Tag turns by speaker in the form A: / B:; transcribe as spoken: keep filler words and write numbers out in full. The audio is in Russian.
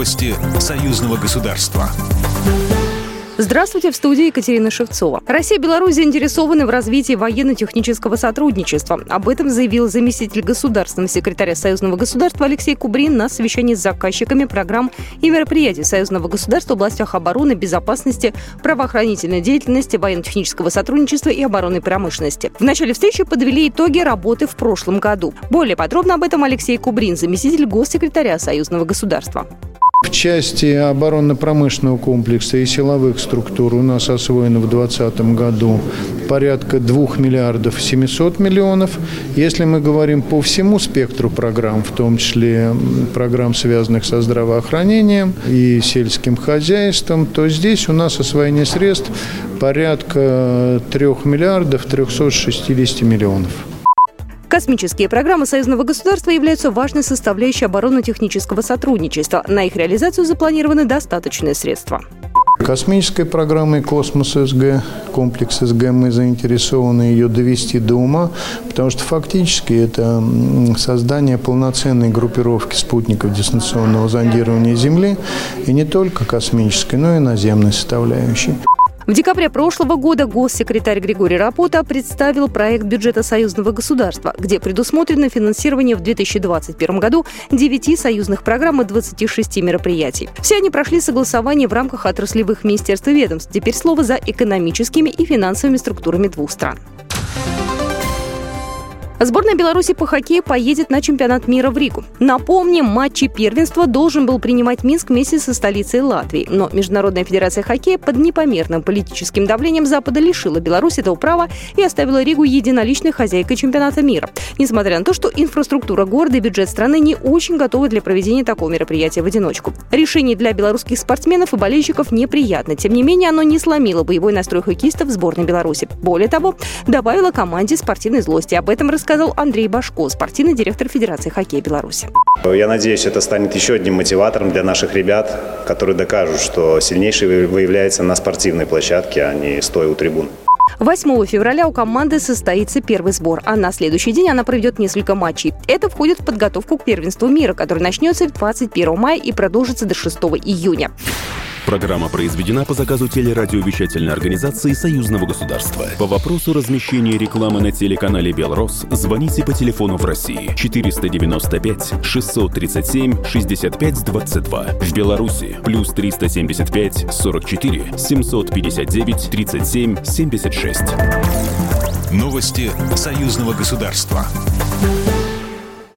A: Новости союзного государства.
B: Здравствуйте, в студии Екатерина Шевцова. Россия и Беларусь заинтересованы в развитии военно-технического сотрудничества. Об этом заявил заместитель государственного секретаря союзного государства Алексей Кубрин на совещании с заказчиками программ и мероприятий союзного государства в областях обороны, безопасности, правоохранительной деятельности, военно-технического сотрудничества и оборонной промышленности. В начале встречи подвели итоги работы в прошлом году. Более подробно об этом Алексей Кубрин, заместитель госсекретаря союзного государства.
C: В части оборонно-промышленного комплекса и силовых структур у нас освоено в двадцатом году порядка двух миллиардов семисот миллионов. Если мы говорим по всему спектру программ, в том числе программ, связанных со здравоохранением и сельским хозяйством, то здесь у нас освоение средств порядка трех миллиардов трехсот шестидесяти миллионов.
B: Космические программы союзного государства являются важной составляющей оборонно-технического сотрудничества. На их реализацию запланированы достаточные средства.
C: Космической программой «Космос СГ», комплекс СГ, мы заинтересованы ее довести до ума, потому что фактически это создание полноценной группировки спутников дистанционного зондирования Земли, и не только космической, но и наземной составляющей.
B: В декабре прошлого года госсекретарь Григорий Рапота представил проект бюджета союзного государства, где предусмотрено финансирование в две тысячи двадцать первом году девяти союзных программ и двадцати шести мероприятий. Все они прошли согласование в рамках отраслевых министерств и ведомств. Теперь слово за экономическими и финансовыми структурами двух стран. Сборная Беларуси по хоккею поедет на чемпионат мира в Ригу. Напомним, матчи первенства должен был принимать Минск вместе со столицей Латвии. Но Международная федерация хоккея под непомерным политическим давлением Запада лишила Беларусь этого права и оставила Ригу единоличной хозяйкой чемпионата мира. Несмотря на то, что инфраструктура города и бюджет страны не очень готовы для проведения такого мероприятия в одиночку. Решение для белорусских спортсменов и болельщиков неприятно. Тем не менее, оно не сломило боевой настрой хоккеистов сборной Беларуси. Более того, добавило команде спортивной злости. Об этом рассказал сказал Андрей Башко, спортивный директор Федерации хоккея Беларуси.
D: Я надеюсь, это станет еще одним мотиватором для наших ребят, которые докажут, что сильнейший выявляется на спортивной площадке, а не стоя у трибун.
B: восьмого февраля у команды состоится первый сбор, а на следующий день она проведет несколько матчей. Это входит в подготовку к первенству мира, который начнется двадцать первого мая и продолжится до шестого июня.
A: Программа произведена по заказу телерадиовещательной организации Союзного государства. По вопросу размещения рекламы на телеканале «Белрос» звоните по телефону в России четыреста девяносто пять шестьсот тридцать семь шестьдесят пять двадцать два. В Беларуси плюс триста семьдесят пять сорок четыре семьсот пятьдесят девять тридцать семь семьдесят шесть. Новости союзного государства.